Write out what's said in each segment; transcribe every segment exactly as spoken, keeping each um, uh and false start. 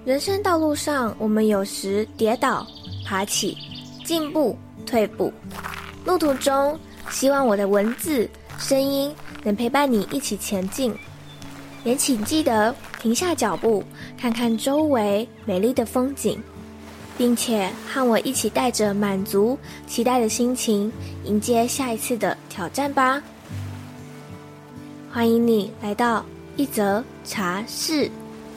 人生道路上，我们有时跌倒、爬起、进步、退步。路途中，希望我的文字、声音能陪伴你一起前进。也请记得停下脚步，看看周围美丽的风景，并且和我一起带着满足、期待的心情，迎接下一次的挑战吧。欢迎你来到一则茶室。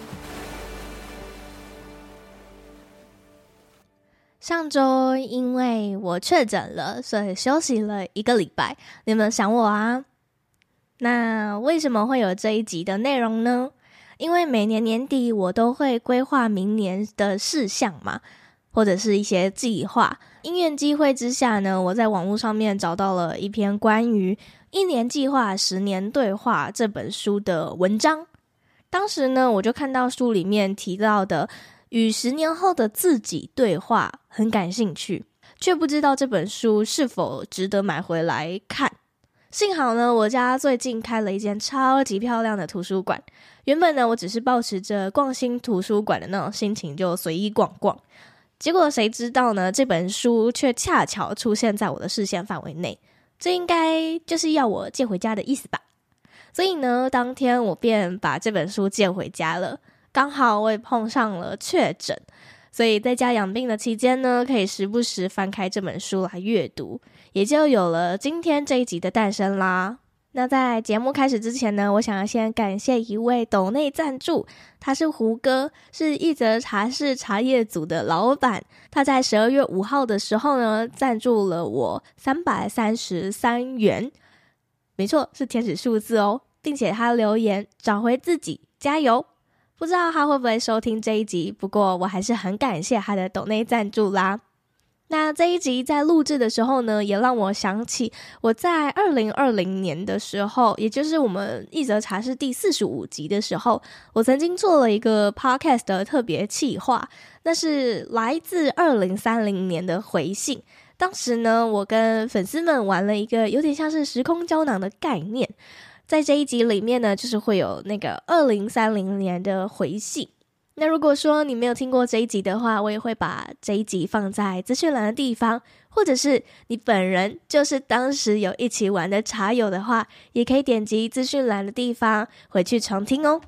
上周因为我确诊了，所以休息了一个礼拜。你们想我啊？那为什么会有这一集的内容呢？因为每年年底我都会规划明年的事项嘛，或者是一些计划。因缘机会之下呢，我在网络上面找到了一篇关于《一年计划十年对话》这本书的文章。当时呢，我就看到书里面提到的与十年后的自己对话很感兴趣，却不知道这本书是否值得买回来看。幸好呢，我家最近开了一间超级漂亮的图书馆。原本呢，我只是抱持着逛新图书馆的那种心情就随意逛逛，结果谁知道呢，这本书却恰巧出现在我的视线范围内。这应该就是要我借回家的意思吧。所以呢，当天我便把这本书借回家了。刚好我也碰上了确诊，所以在家养病的期间呢，可以时不时翻开这本书来阅读，也就有了今天这一集的诞生啦。那在节目开始之前呢，我想要先感谢一位抖内赞助，他是胡哥，是一则茶室茶叶组的老板。他在十二月五号的时候呢，赞助了我三百三十三元，没错，是天使数字哦，并且他留言找回自己，加油。不知道他会不会收听这一集，不过我还是很感谢他的抖内赞助啦。那这一集在录制的时候呢，也让我想起我在二零二零年的时候，也就是我们一则茶室第四十五集的时候，我曾经做了一个 podcast 的特别企划，那是来自二零三零年的回信。当时呢，我跟粉丝们玩了一个有点像是时空胶囊的概念，在这一集里面呢，就是会有那个二零三零年的回信。那如果说你没有听过这一集的话，我也会把这一集放在资讯栏的地方，或者是你本人就是当时有一起玩的茶友的话，也可以点击资讯栏的地方回去重听哦。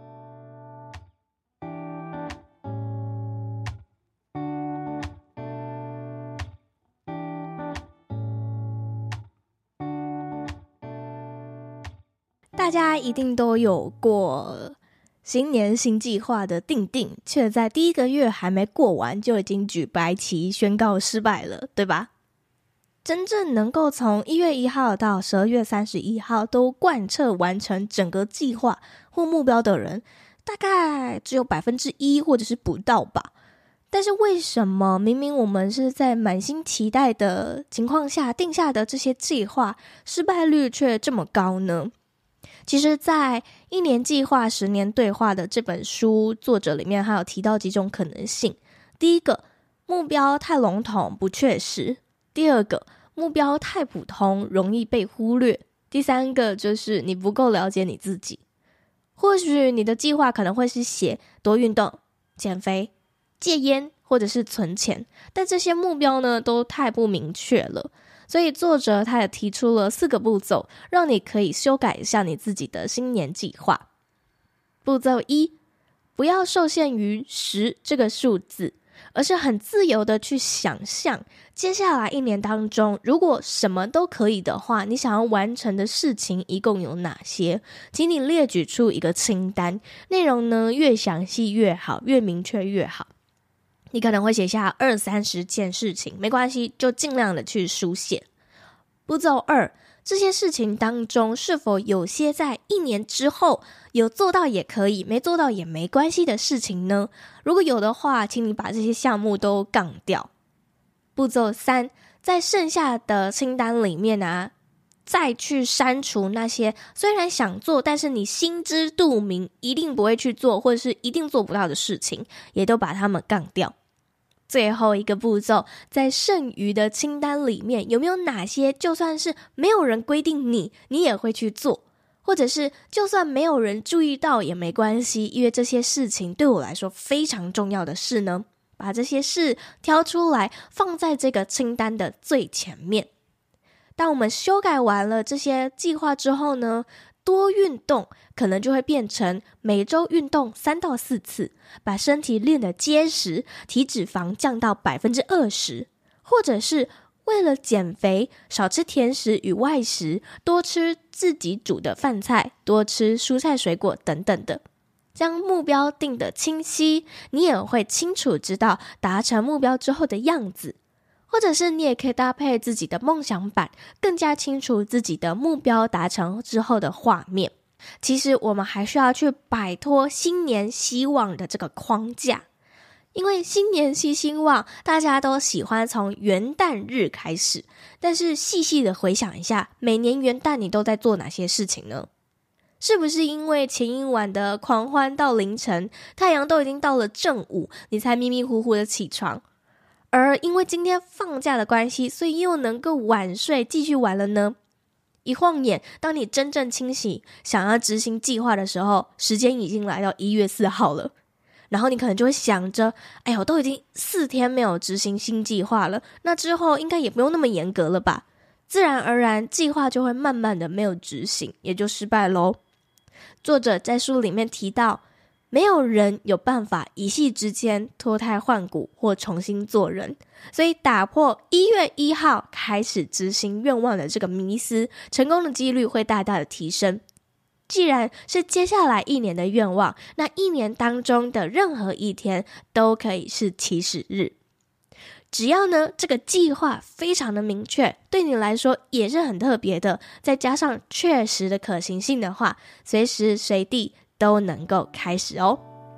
大家一定都有过新年新计划的定定，却在第一个月还没过完就已经举白旗宣告失败了，对吧？真正能够从一月一号到十二月三十一号都贯彻完成整个计划或目标的人，大概只有百分之一或者是不到吧。但是为什么明明我们是在满心期待的情况下定下的这些计划，失败率却这么高呢？其实在一年计划十年对话的这本书作者里面还有提到几种可能性。第一个，目标太笼统不确实；第二个，目标太普通容易被忽略；第三个就是你不够了解你自己。或许你的计划可能会是写多运动、减肥、戒烟或者是存钱，但这些目标呢都太不明确了。所以作者他也提出了四个步骤，让你可以修改一下你自己的新年计划。步骤一，不要受限于十这个数字，而是很自由的去想象接下来一年当中，如果什么都可以的话，你想要完成的事情一共有哪些？请你列举出一个清单，内容呢越详细越好，越明确越好。你可能会写下二三十件事情，没关系，就尽量的去书写。步骤二，这些事情当中是否有些在一年之后有做到也可以，没做到也没关系的事情呢？如果有的话，请你把这些项目都杠掉。步骤三，在剩下的清单里面啊，再去删除那些虽然想做，但是你心知肚明一定不会去做，或者是一定做不到的事情，也都把它们杠掉。最后一个步骤，在剩余的清单里面有没有哪些就算是没有人规定你，你也会去做， 或者是就算没有人注意到也没关系，因为这些事情对我来说非常重要的事呢，把这些事挑出来放在这个清单的最前面。当我们修改完了这些计划之后呢，多运动可能就会变成每周运动三到四次，把身体练得结实，体脂肪降到 百分之二十， 或者是为了减肥少吃甜食与外食，多吃自己煮的饭菜，多吃蔬菜水果等等的。将目标定得清晰，你也会清楚知道达成目标之后的样子。或者是你也可以搭配自己的梦想版，更加清楚自己的目标达成之后的画面。其实我们还需要去摆脱新年希望的这个框架，因为新年新希望大家都喜欢从元旦日开始，但是细细的回想一下，每年元旦你都在做哪些事情呢？是不是因为前一晚的狂欢到凌晨，太阳都已经到了正午，你才迷迷糊糊的起床？而因为今天放假的关系，所以又能够晚睡继续玩了呢？一晃眼，当你真正清醒想要执行计划的时候，时间已经来到一月四号了。然后你可能就会想着，哎呀，我都已经四天没有执行新计划了，那之后应该也不用那么严格了吧？自然而然，计划就会慢慢的没有执行，也就失败咯。作者在书里面提到，没有人有办法一夕之间脱胎换骨或重新做人，所以打破一月一号开始执行愿望的这个迷思，成功的几率会大大的提升。既然是接下来一年的愿望，那一年当中的任何一天都可以是起始日。只要呢这个计划非常的明确，对你来说也是很特别的，再加上确实的可行性的话，随时随地都能够开始哦。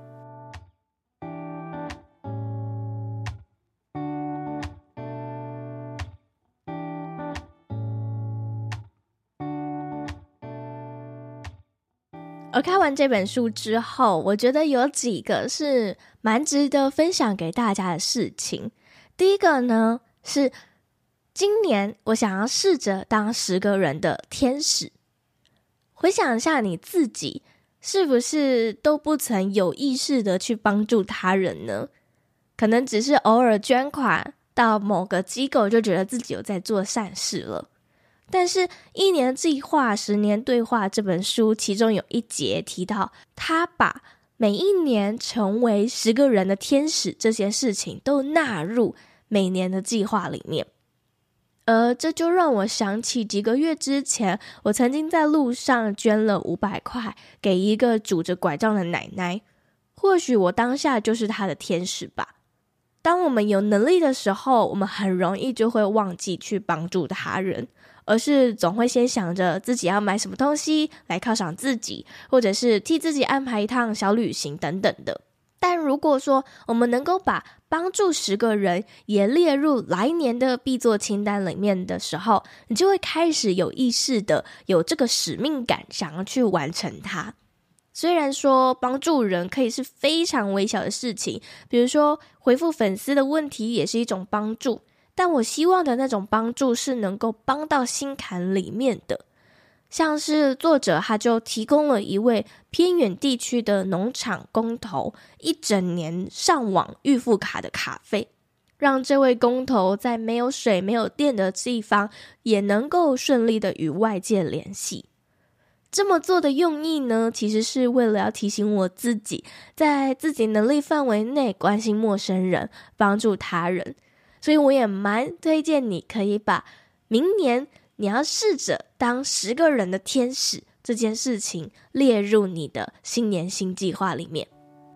而看完这本书之后，我觉得有几个是蛮值得分享给大家的事情。第一个呢，是今年我想要试着当十个人的天使。回想一下你自己，是不是都不曾有意识的去帮助他人呢？可能只是偶尔捐款到某个机构，就觉得自己有在做善事了。但是一年计划十年对话这本书其中有一节提到，他把每一年成为十个人的天使这件事情都纳入每年的计划里面。而这就让我想起几个月之前，我曾经在路上捐了五百块给一个拄着拐杖的奶奶，或许我当下就是她的天使吧。当我们有能力的时候，我们很容易就会忘记去帮助他人，而是总会先想着自己要买什么东西来犒赏自己，或者是替自己安排一趟小旅行等等的。但如果说我们能够把帮助十个人也列入来年的必做清单里面的时候，你就会开始有意识的有这个使命感，想要去完成它。虽然说帮助人可以是非常微小的事情，比如说回复粉丝的问题也是一种帮助，但我希望的那种帮助是能够帮到心坎里面的。像是作者他就提供了一位偏远地区的农场工头一整年上网预付卡的卡费，让这位工头在没有水没有电的地方也能够顺利的与外界联系。这么做的用意呢，其实是为了要提醒我自己在自己能力范围内关心陌生人，帮助他人。所以我也蛮推荐你可以把明年你要试着当十个人的天使这件事情列入你的新年新计划里面。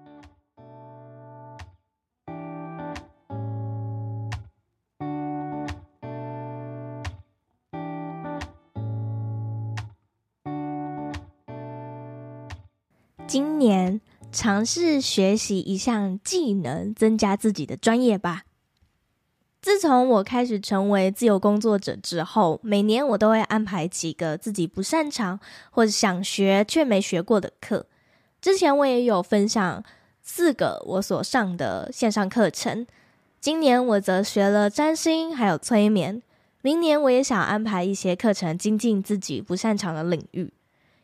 今年尝试学习一项技能，增加自己的专业吧。自从我开始成为自由工作者之后，每年我都会安排几个自己不擅长或者想学却没学过的课。之前我也有分享四个我所上的线上课程，今年我则学了占星还有催眠，明年我也想安排一些课程精进自己不擅长的领域。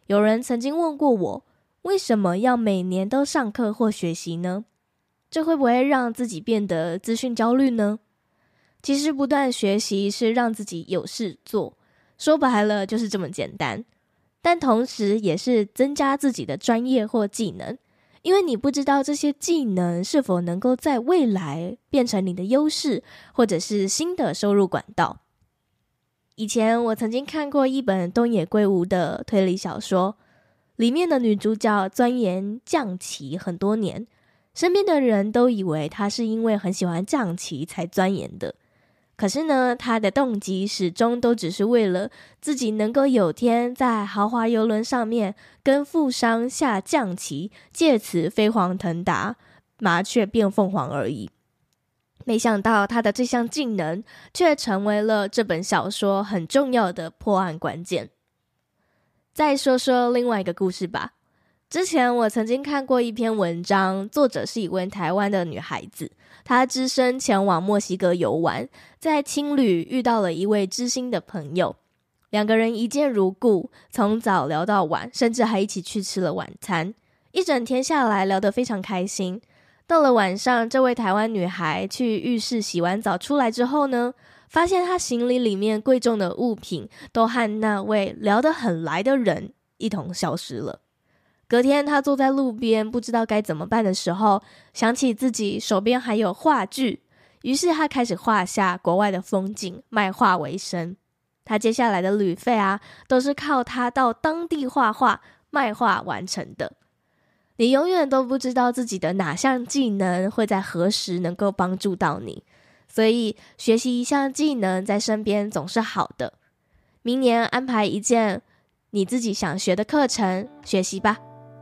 有人曾经问过我，为什么要每年都上课或学习呢？这会不会让自己变得资讯焦虑呢？其实不断学习是让自己有事做，说白了就是这么简单。但同时也是增加自己的专业或技能，因为你不知道这些技能是否能够在未来变成你的优势，或者是新的收入管道。以前我曾经看过一本东野圭吾的推理小说，里面的女主角钻研象棋很多年，身边的人都以为她是因为很喜欢象棋才钻研的。可是呢，她的动机始终都只是为了自己能够有天在豪华邮轮上面跟富商下象棋，借此飞黄腾达，麻雀变凤凰而已。没想到她的这项技能却成为了这本小说很重要的破案关键。再说说另外一个故事吧。之前我曾经看过一篇文章，作者是一位台湾的女孩子，她只身前往墨西哥游玩，在青旅遇到了一位知心的朋友，两个人一见如故，从早聊到晚，甚至还一起去吃了晚餐，一整天下来聊得非常开心。到了晚上，这位台湾女孩去浴室洗完澡出来之后呢，发现她行李里面贵重的物品都和那位聊得很来的人一同消失了。隔天他坐在路边不知道该怎么办的时候，想起自己手边还有画具，于是他开始画下国外的风景，卖画为生。他接下来的旅费啊，都是靠他到当地画画卖画完成的。你永远都不知道自己的哪项技能会在何时能够帮助到你，所以学习一项技能在身边总是好的。明年安排一件你自己想学的课程学习吧。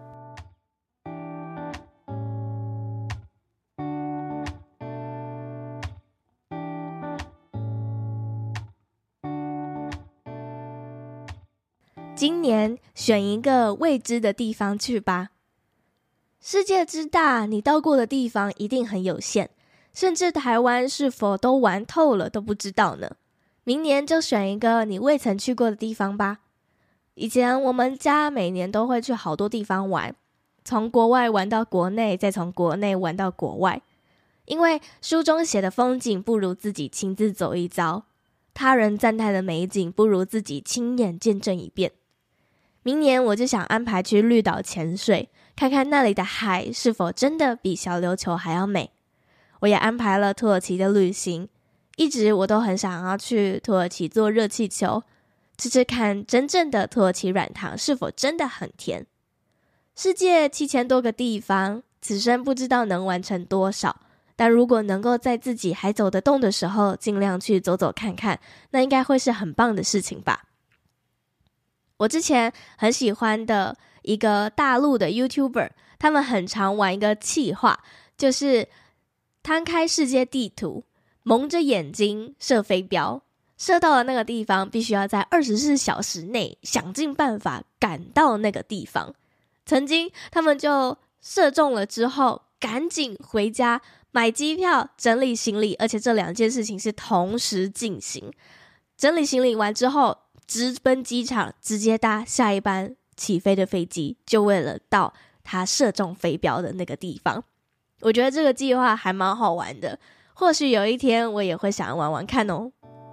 今年选一个未知的地方去吧。世界之大，你到过的地方一定很有限，甚至台湾是否都玩透了都不知道呢。明年就选一个你未曾去过的地方吧。以前我们家每年都会去好多地方玩，从国外玩到国内，再从国内玩到国外。因为书中写的风景不如自己亲自走一遭，他人赞叹的美景不如自己亲眼见证一遍。明年我就想安排去绿岛潜水，看看那里的海是否真的比小琉球还要美。我也安排了土耳其的旅行，一直我都很想要去土耳其坐热气球，吃吃看真正的土耳其软糖是否真的很甜。世界七千多个地方，此生不知道能完成多少，但如果能够在自己还走得动的时候尽量去走走看看，那应该会是很棒的事情吧。我之前很喜欢的一个大陆的 YouTuber， 他们很常玩一个企划，就是摊开世界地图，蒙着眼睛射飞镖，射到了那个地方必须要在二十四小时内想尽办法赶到那个地方。曾经他们就射中了之后赶紧回家买机票整理行李，而且这两件事情是同时进行。整理行李完之后直奔机场，直接搭下一班起飞的飞机，就为了到他射中飞镖的那个地方。我觉得这个计划还蛮好玩的，或许有一天我也会想要玩玩看哦。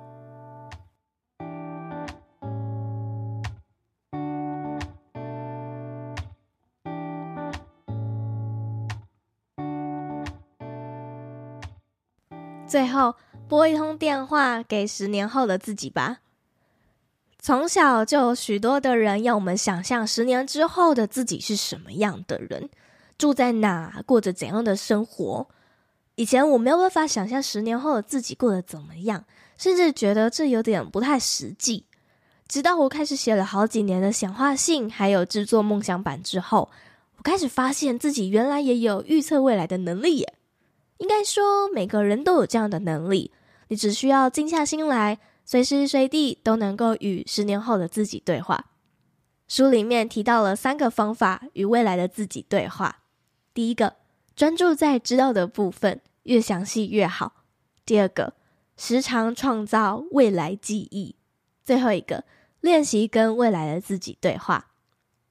最后拨一通电话给十年后的自己吧。从小就有许多的人要我们想象十年之后的自己是什么样的人，住在哪，过着怎样的生活。以前我没有办法想象十年后的自己过得怎么样，甚至觉得这有点不太实际。直到我开始写了好几年的显化信，还有制作梦想版之后，我开始发现自己原来也有预测未来的能力耶。应该说每个人都有这样的能力，你只需要静下心来，随时随地都能够与十年后的自己对话。书里面提到了三个方法与未来的自己对话。第一个，专注在知道的部分，越详细越好。第二个，时常创造未来记忆。最后一个，练习跟未来的自己对话。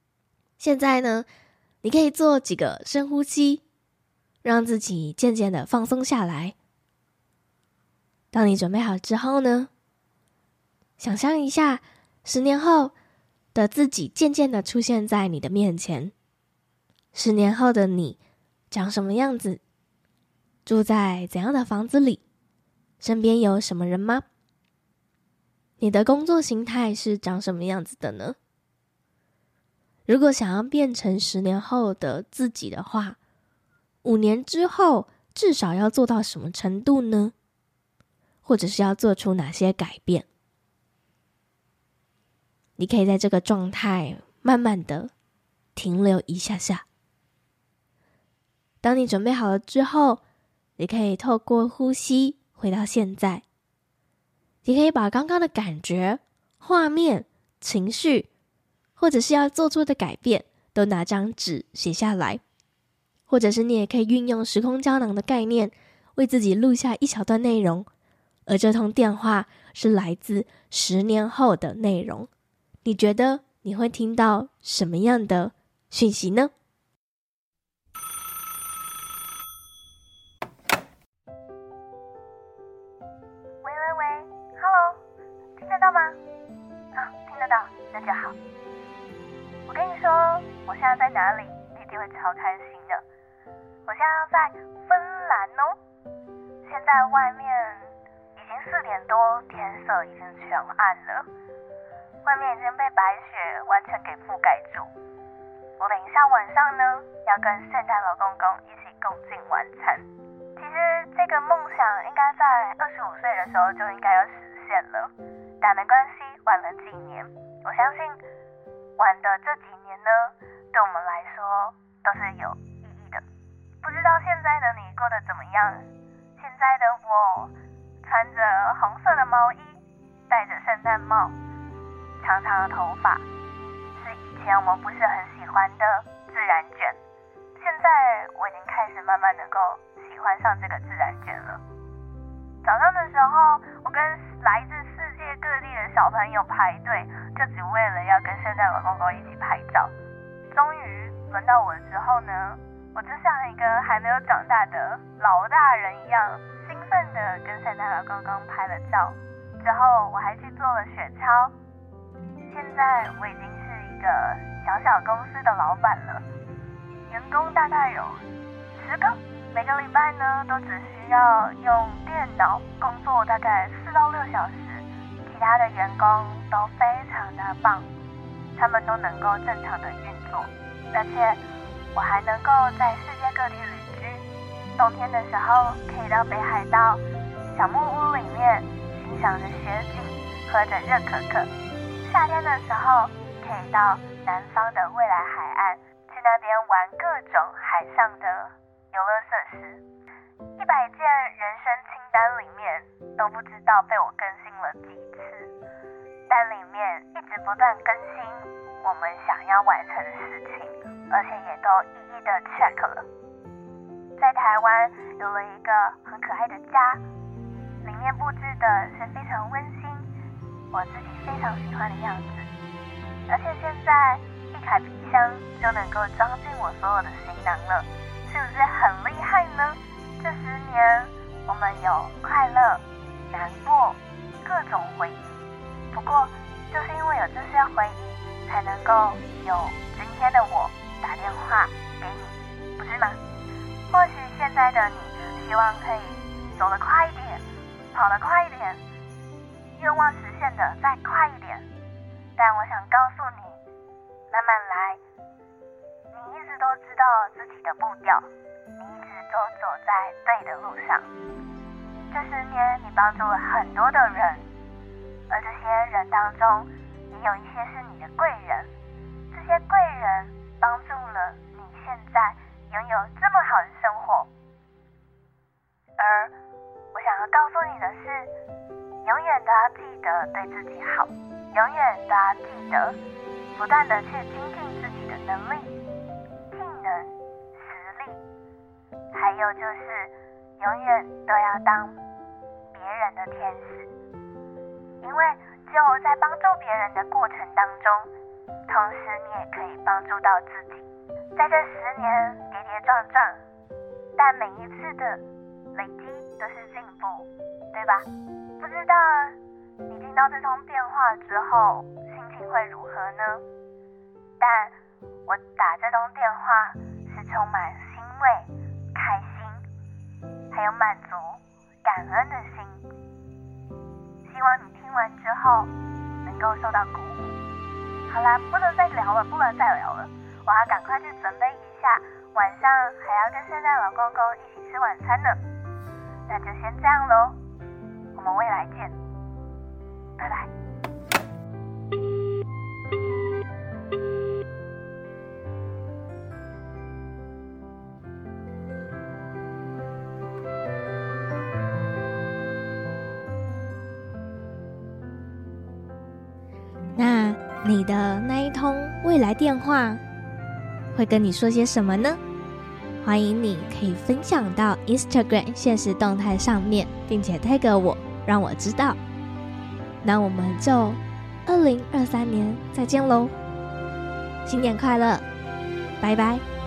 现在呢，你可以做几个深呼吸，让自己渐渐的放松下来。当你准备好之后呢，想象一下十年后的自己渐渐的出现在你的面前。十年后的你长什么样子？住在怎样的房子里？身边有什么人吗？你的工作形态是长什么样子的呢？如果想要变成十年后的自己的话，五年之后至少要做到什么程度呢？或者是要做出哪些改变？你可以在这个状态慢慢的停留一下下。当你准备好了之后，你可以透过呼吸回到现在。你可以把刚刚的感觉、画面、情绪，或者是要做出的改变，都拿张纸写下来。或者是你也可以运用时空胶囊的概念，为自己录下一小段内容，而这通电话是来自十年后的内容。你觉得你会听到什么样的讯息呢？ 喂喂喂 ，Hello， 听得到吗？啊，听得到，那就好。我跟你说，我现在在哪里，你一定会超开心的。我现在在芬兰哦，现在外面已经四点多，天色已经全暗了。外面已经被白雪完全给覆盖住。我等一下晚上呢，要跟圣诞老公公一起共进晚餐。其实这个梦想应该在二十五岁的时候就应该要实现了，但没关系，晚了几年。我相信晚的这几年呢，对我们来说都是有意义的。不知道现在的你过得怎么样？现在的我穿着红色的毛衣，戴着圣诞帽，长长的头发，是以前我们不是很喜欢的自然卷。现在我已经开始慢慢能够喜欢上这个自然卷了。早上的时候，我跟来自世界各地的小朋友排队，就只为了要跟圣诞老公公一起拍照。终于轮到我之后呢，我就像一个还没有长大的老大人一样，兴奋的跟圣诞老公公拍了照。之后我还去做了雪橇。现在我已经是一个小小公司的老板了，员工大概有十个，每个礼拜呢都只需要用电脑工作大概四到六小时，其他的员工都非常的棒，他们都能够正常的运作，而且我还能够在世界各地旅居。冬天的时候可以到北海道小木屋里面欣赏着雪景，喝着热可可。夏天的时候可以到南方的蔚蓝海岸，去那边玩各种海上的游乐设施。一百件人生清单里面都不知道被我更新了几次，但里面一直不断更新我们想要完成的事情，而且也都一一的 check 了。在台湾有了一个很可爱的家，里面布置的是非常温馨，我自己非常喜欢的样子，而且现在一台皮箱就能够装进我所有的行囊了，是不是很厉害呢？这十年我们有快乐、难过、各种回忆，不过就是因为有这些回忆，才能够有今天的我打电话给你，不是吗？或许现在的你希望可以走得快一点，跑得快一点，愿望实现的再快一点，但我想告诉你，慢慢来，你一直都知道自己的步调，你一直都走在对的路上。这十年你帮助了很多的人，而这些人当中也有一些是你的贵人，这些贵人帮助了你现在拥有这么好的生活。而我想要告诉你的是，永远都要记得对自己好，永远都要记得不断的去精进自己的能力、技能、实力，还有就是永远都要当别人的天使，因为只有在帮助别人的过程当中， 同时你也可以帮助到自己。在这十年跌跌撞撞，但每一次的累积都是进步，对吧？不知道你听到这通电话之后心情会如何呢？但我打这通电话是充满欣慰、开心还有满足、感恩的心。希望你听完之后能够受到鼓舞。好啦，不能再聊了，不能再聊了，我要赶快去准备一下，晚上还要跟圣诞老公公一起吃晚餐呢。那就先这样咯，我们未来见，拜拜。 那你的那一通未来电话会跟你说些什么呢？欢迎你可以分享到 Instagram 限时动态上面，并且 tag 我，让我知道。那我们就二零二三年再见咯，新年快乐，拜拜。